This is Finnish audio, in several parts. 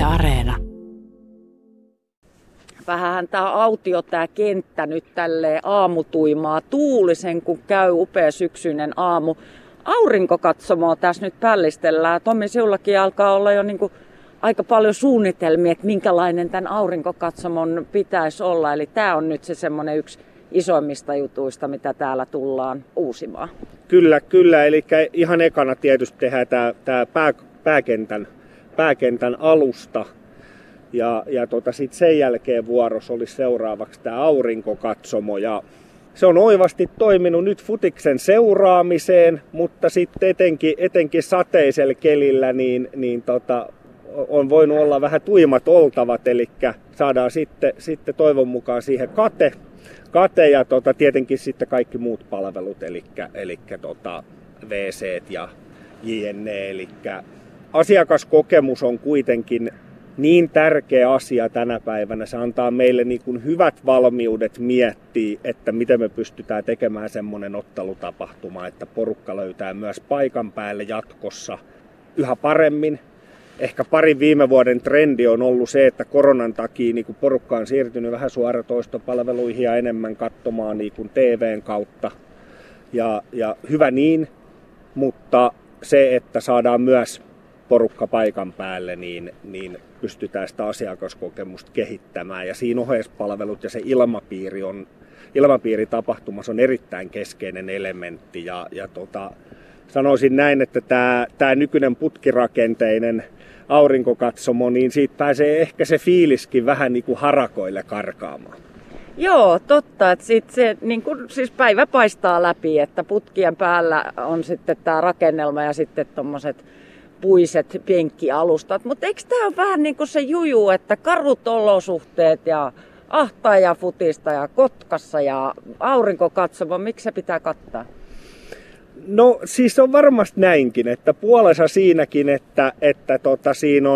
Areena. Vähänhän tää autio tää kenttä nyt tälleen aamutuimaa tuulisen, kun käy upea syksyinen aamu. Aurinkokatsomoa tässä nyt pällistellään. Tommi, sinullakin alkaa olla jo niinku aika paljon suunnitelmia, että minkälainen tämän aurinkokatsomon pitäisi olla. Eli tää on nyt se semmoinen yksi isoimmista jutuista, mitä täällä tullaan uusimaan. Kyllä. Eli ihan ekana tietysti tehdään tää pääkentän alusta. Ja sitten sen jälkeen vuorossa olisi seuraavaksi tämä aurinkokatsomo. Ja se on oivasti toiminut nyt futiksen seuraamiseen, mutta sitten etenkin sateisella kelillä on voinut olla vähän tuimat oltavat. Eli saadaan sitten toivon mukaan siihen kate ja tietenkin sitten kaikki muut palvelut, eli WC:t ja JNE. Eli asiakaskokemus on kuitenkin niin tärkeä asia tänä päivänä. Se antaa meille niin kuin hyvät valmiudet miettiä, että miten me pystytään tekemään semmoinen ottelutapahtuma, että porukka löytää myös paikan päälle jatkossa yhä paremmin. Ehkä parin viime vuoden trendi on ollut se, että koronan takia niin kuin porukka on siirtynyt vähän suoratoistopalveluihin ja enemmän katsomaan niin kuin TVn kautta. Ja hyvä niin, mutta se, että saadaan myös porukka paikan päälle, niin pystytään sitä asiakaskokemusta kehittämään. Ja siinä oheispalvelut ja se ilmapiiri tapahtumassa on erittäin keskeinen elementti. Sanoisin näin, että tämä nykyinen putkirakenteinen aurinkokatsomo, niin siitä pääsee ehkä se fiiliskin vähän niin kuin harakoille karkaamaan. Joo, totta. Että se, niin kun, siis päivä paistaa läpi, että putkien päällä on sitten tämä rakennelma ja sitten tuommoiset puiset penkkialustat. Mutta eikö tämä ole vähän niin kuin se juju, että karut olosuhteet ja Ahtaa futista ja Kotkassa ja aurinkokatsomo, miksi se pitää kattaa? No siis on varmasti näinkin, että puolensa siinäkin, että siinä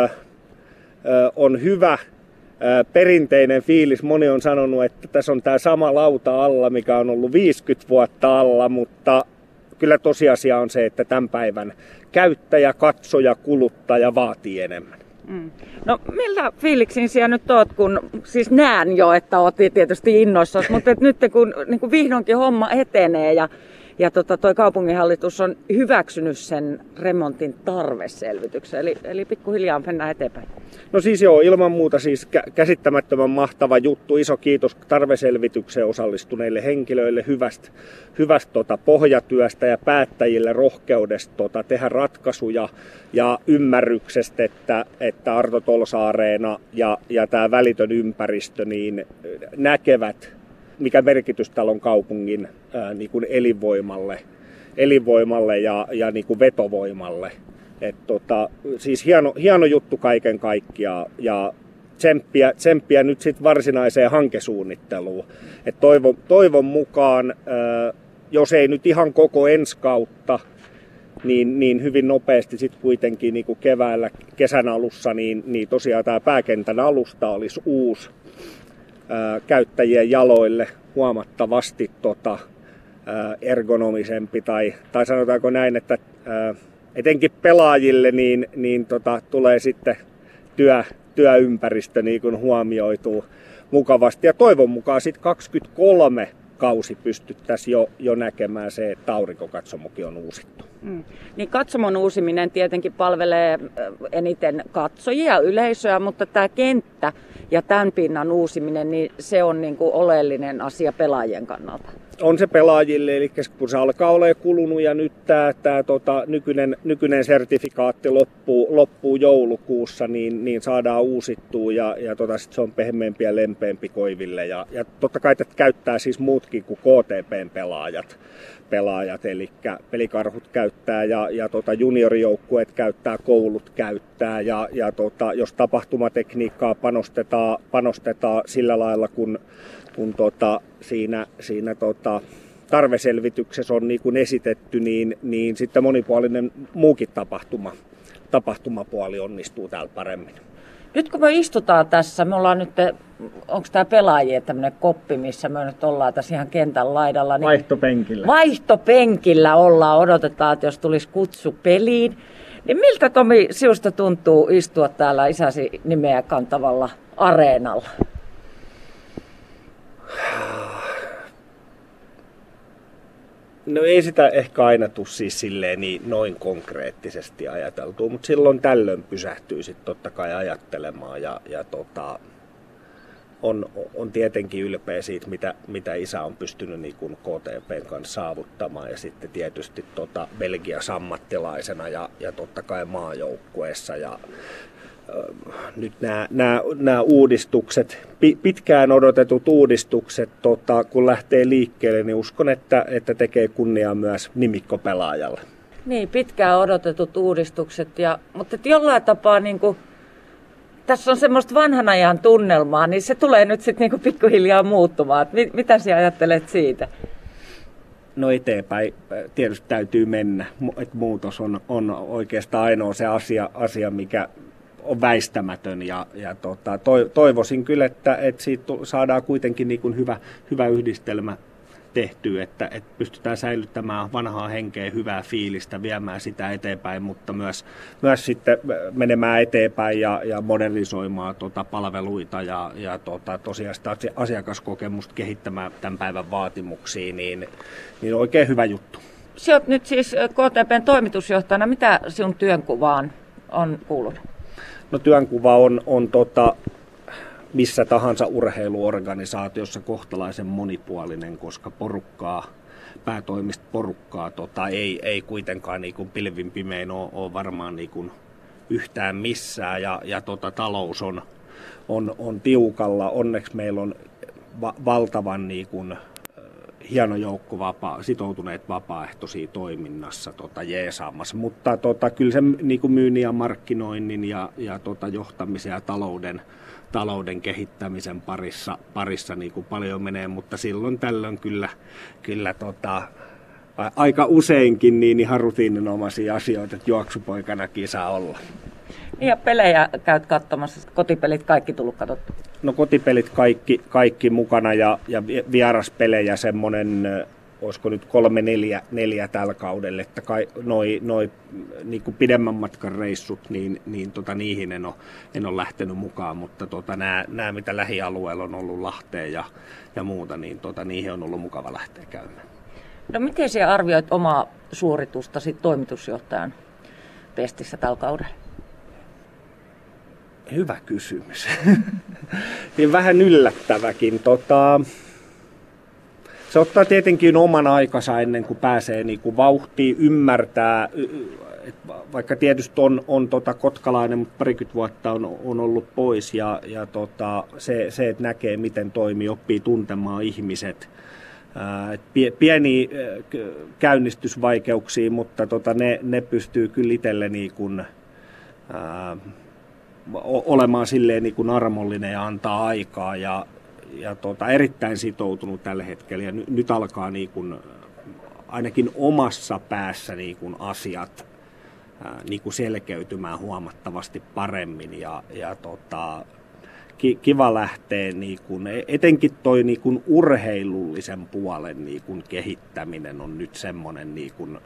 on hyvä perinteinen fiilis. Moni on sanonut, että tässä on tämä sama lauta alla, mikä on ollut 50 vuotta alla, mutta kyllä tosiasia on se, että tämän päivän käyttäjä, katsoja, kuluttaja vaatii enemmän. No millä fiiliksin siellä nyt oot, kun siis näen jo, että oot tietysti innoissasi, mutta nyt kun niin vihdoinkin homma etenee ja toi kaupunginhallitus on hyväksynyt sen remontin tarveselvityksen, eli pikkuhiljaa mennään eteenpäin. No siis joo, ilman muuta siis käsittämättömän mahtava juttu. Iso kiitos tarveselvitykseen osallistuneille henkilöille hyvästä pohjatyöstä ja päättäjille rohkeudesta tehdä ratkaisuja ja ymmärryksestä, että Arto Tolsa-areena ja tämä välitön ympäristö niin näkevät, mikä merkitys täällä on kaupungin niin kuin elinvoimalle ja niin kuin vetovoimalle. Siis hieno juttu kaiken kaikkiaan ja tsemppiä nyt sitten varsinaiseen hankesuunnitteluun. Et toivon mukaan, jos ei nyt ihan koko ensi kautta, niin hyvin nopeasti sitten kuitenkin niin kuin keväällä, kesän alussa, niin tosiaan tämä pääkentän alusta olisi uusi käyttäjien jaloille huomattavasti ergonomisempi tai sanotaanko näin, että etenkin pelaajille niin tulee sitten työympäristö niin kuin huomioituu mukavasti ja toivon mukaan sitten 23 kausi pystyttäisiin jo näkemään se, että aurinkokatsomokin on uusittu. Niin katsomon uusiminen tietenkin palvelee eniten katsojia, yleisöä, mutta tämä kenttä ja tämän pinnan uusiminen, niin se on niin kuin oleellinen asia pelaajien kannalta. On se pelaajille, eli kun se alkaa olemaan kulunut ja nyt tämä nykyinen sertifikaatti loppuu joulukuussa, niin saadaan uusittua ja sit se on pehmeämpi ja lempeämpi koiville. Ja totta kai tätä käyttää siis muutkin kuin KTPn pelaajat, eli pelikarhut käyttää ja juniorijoukkueet käyttää, koulut käyttää ja jos tapahtumatekniikkaa panostetaan sillä lailla, kun siinä tarveselvityksessä on niin kuin esitetty, niin sitten monipuolinen muukin tapahtumapuoli onnistuu täällä paremmin. Nyt kun me istutaan tässä, me ollaan nyt, onko tämä pelaajien tämmöinen koppi, missä me nyt ollaan tässä ihan kentän laidalla. Niin vaihtopenkillä. Vaihtopenkillä ollaan, odotetaan, että jos tulisi kutsu peliin. Niin miltä Tomi sinusta tuntuu istua täällä isäsi nimeä kantavalla areenalla? No ei sitä ehkä aina tule siis silleen noin konkreettisesti ajateltua, mutta silloin tällöin pysähtyy sitten totta kai ajattelemaan ja on tietenkin ylpeä siitä, mitä isä on pystynyt niin kuin KTP:n kanssa saavuttamaan ja sitten tietysti Belgias ammattilaisena ja totta kai maajoukkueessa. Ja nyt nämä uudistukset, pitkään odotetut uudistukset, kun lähtee liikkeelle, niin uskon, että tekee kunniaa myös nimikkopelaajalle. Niin, pitkään odotetut uudistukset, mutta jollain tapaa niin kuin, tässä on semmoista vanhan ajan tunnelmaa, niin se tulee nyt sitten niin pikkuhiljaa muuttumaan. Mitä sinä ajattelet siitä? No eteenpäin tietysti täytyy mennä. Muutos on oikeastaan ainoa se asia mikä on väistämätön ja toivoisin kyllä, että siitä saadaan kuitenkin niin kuin hyvä yhdistelmä tehtyä, että pystytään säilyttämään vanhaa henkeä, hyvää fiilistä, viemään sitä eteenpäin, mutta myös sitten menemään eteenpäin ja modernisoimaan palveluita ja tosiaan sitä asiakaskokemusta kehittämään tämän päivän vaatimuksiin, niin oikein hyvä juttu. Sinä olet nyt siis KTP:n toimitusjohtajana. Mitä sinun työnkuvaan on kuulunut? No työnkuva on missä tahansa urheiluorganisaatiossa kohtalaisen monipuolinen, koska päätoimista porukkaa ei kuitenkaan niin kuin pilvin pimein ole varmaan niin kuin yhtään missään ja talous on tiukalla. Onneksi meillä on valtavan niin kuin hieno joukko sitoutuneet vapaaehtoisia toiminnassa jeesaamassa, mutta kyllä se niin kuin myynnin ja markkinoinnin ja johtamisen ja talouden kehittämisen parissa niin kuin paljon menee, mutta silloin tällöin kyllä aika useinkin niin ihan rutiininomaisia asioita, että juoksupoikanakin saa olla. Ja pelejä käyt katsomassa, kotipelit kaikki tullut katsottu? No kotipelit kaikki mukana ja vieraspelejä semmoinen, olisiko nyt 3-4 tällä kaudella, että noi niin kuin pidemmän matkan reissut, niin niihin en ole lähtenyt mukaan, mutta nämä mitä lähialueella on ollut Lahteen ja muuta, niin niihin on ollut mukava lähteä käymään. No miten sinä arvioit omaa suoritustasi toimitusjohtajan pestissä tällä kaudella? Hyvä kysymys. Niin vähän yllättäväkin. Se ottaa tietenkin oman aikansa ennen kuin pääsee niin kuin vauhtiin, ymmärtää, vaikka tietysti on kotkalainen, mutta parikymmentä vuotta on ollut pois ja se, että näkee miten toimii, oppii tuntemaan ihmiset. Pieniä käynnistysvaikeuksia, mutta ne pystyy kyllä itselle niin kuin, olemaan silleen niin kuin armollinen ja antaa aikaa ja erittäin sitoutunut tällä hetkellä ja nyt alkaa niin kuin, ainakin omassa päässä niin kuin asiat niin kuin selkeytymään huomattavasti paremmin ja kiva lähteä niin kuin, etenkin toi niin kuin urheilullisen puolen niin kuin kehittäminen on nyt semmoinen niin kuin,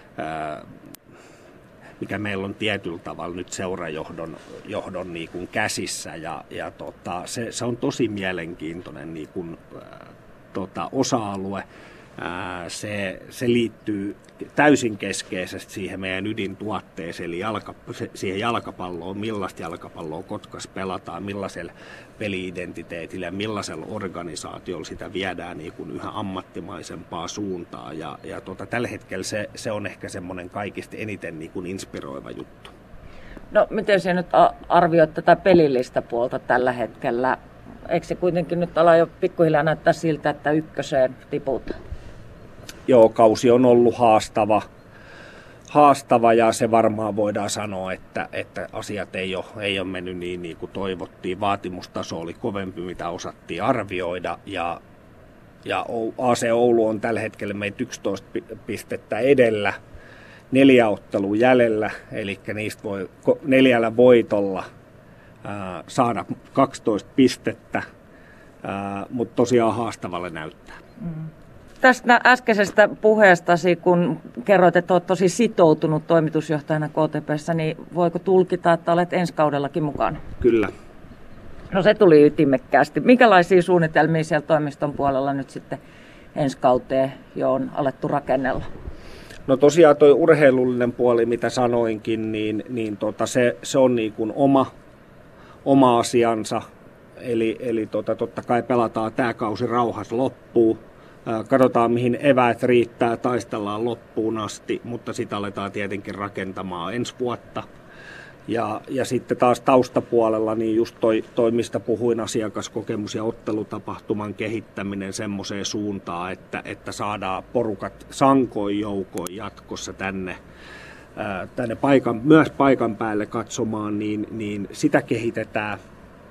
mikä meillä on tietyllä tavalla nyt seurajohdon niin kuin käsissä ja se on tosi mielenkiintoinen niin kuin, osa-alue. Se liittyy täysin keskeisesti siihen meidän ydintuotteeseen, eli siihen jalkapalloon, millaista jalkapalloa Kotkassa pelataan, millaisella peli-identiteetillä ja millaisella organisaatiolla sitä viedään niin kuin yhä ammattimaisempaa suuntaan. Ja tällä hetkellä se on ehkä semmoinen kaikista eniten niin kuin inspiroiva juttu. No miten sinä nyt arvioit tätä pelillistä puolta tällä hetkellä? Eikö se kuitenkin nyt ala jo pikkuhiljaa näyttää siltä, että ykköseen tiputaan? Joo, kausi on ollut haastava ja se varmaan voidaan sanoa, että asiat ei ole mennyt niin kuin toivottiin. Vaatimustaso oli kovempi, mitä osattiin arvioida ja AC Oulu on tällä hetkellä meitä 11 pistettä edellä, 4 ottelua jäljellä, eli niistä voi 4 voitolla saada 12 pistettä, mutta tosiaan haastavalle näyttää. tästä äskeisestä puheestasi, kun kerroit, että olet tosi sitoutunut toimitusjohtajana KTP:ssä, niin voiko tulkita, että olet ensi kaudellakin mukana? Kyllä. No se tuli ytimekkäästi. Minkälaisia suunnitelmia siellä toimiston puolella nyt sitten ensi kauteen jo on alettu rakennella? No tosiaan toi urheilullinen puoli, mitä sanoinkin, se on niin kuin oma asiansa. Eli totta kai pelataan tämä kausi rauhassa loppuun. Katsotaan mihin eväät riittää, taistellaan loppuun asti, mutta sitä aletaan tietenkin rakentamaan ensi vuotta. Ja sitten taas taustapuolella, niin just toi mistä puhuin, asiakaskokemus ja ottelutapahtuman kehittäminen semmoiseen suuntaan, että saadaan porukat sankoin joukoin jatkossa tänne myös paikan päälle katsomaan, niin sitä kehitetään.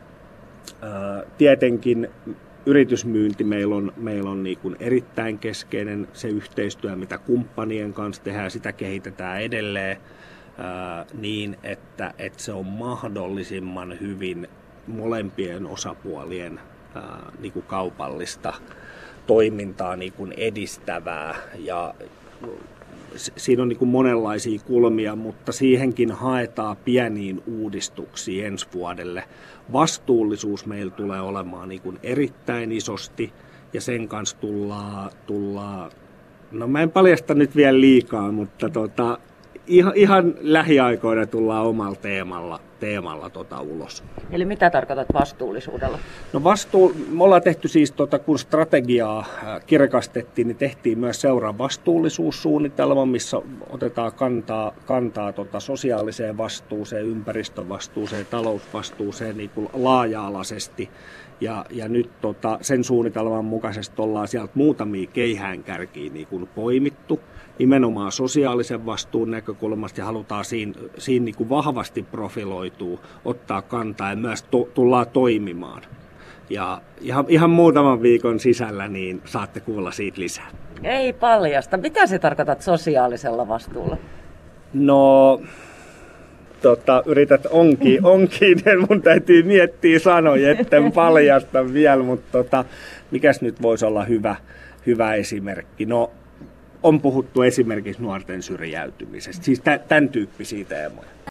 Tietenkin yritysmyynti meillä on niin kuin erittäin keskeinen, se yhteistyö, mitä kumppanien kanssa tehdään, sitä kehitetään edelleen niin, että se on mahdollisimman hyvin molempien osapuolien niin kuin kaupallista toimintaa niin kuin edistävää. Ja siinä on niin kuin monenlaisia kulmia, mutta siihenkin haetaan pieniin uudistuksiin ensi vuodelle. Vastuullisuus meillä tulee olemaan niin kuin erittäin isosti ja sen kanssa tullaan, no mä en paljasta nyt vielä liikaa, mutta ihan lähiaikoina tullaan omalla teemalla ulos. Eli mitä tarkoitat vastuullisuudella? No me ollaan tehty siis, kun strategiaa kirkastettiin, niin tehtiin myös seuraavan vastuullisuussuunnitelma, missä otetaan kantaa sosiaaliseen vastuuseen, ympäristövastuuseen, talousvastuuseen niin kuin laaja-alaisesti. Ja nyt sen suunnitelman mukaisesti ollaan sieltä muutamia keihäänkärkiä niin kuin poimittu. Nimenomaan sosiaalisen vastuun näkökulmasta ja halutaan siinä niin kuin vahvasti profiloitua, ottaa kantaa ja myös tullaan toimimaan. Ja ihan muutaman viikon sisällä niin saatte kuulla siitä lisää. Ei paljasta. Mitä se tarkoitat sosiaalisella vastuulla? No, yrität onkiin, mun täytyy miettiä sanoja, etten paljasta vielä, mutta mikäs nyt voisi olla hyvä esimerkki? No, on puhuttu esimerkiksi nuorten syrjäytymisestä, siis tämän tyyppisiä teemoja.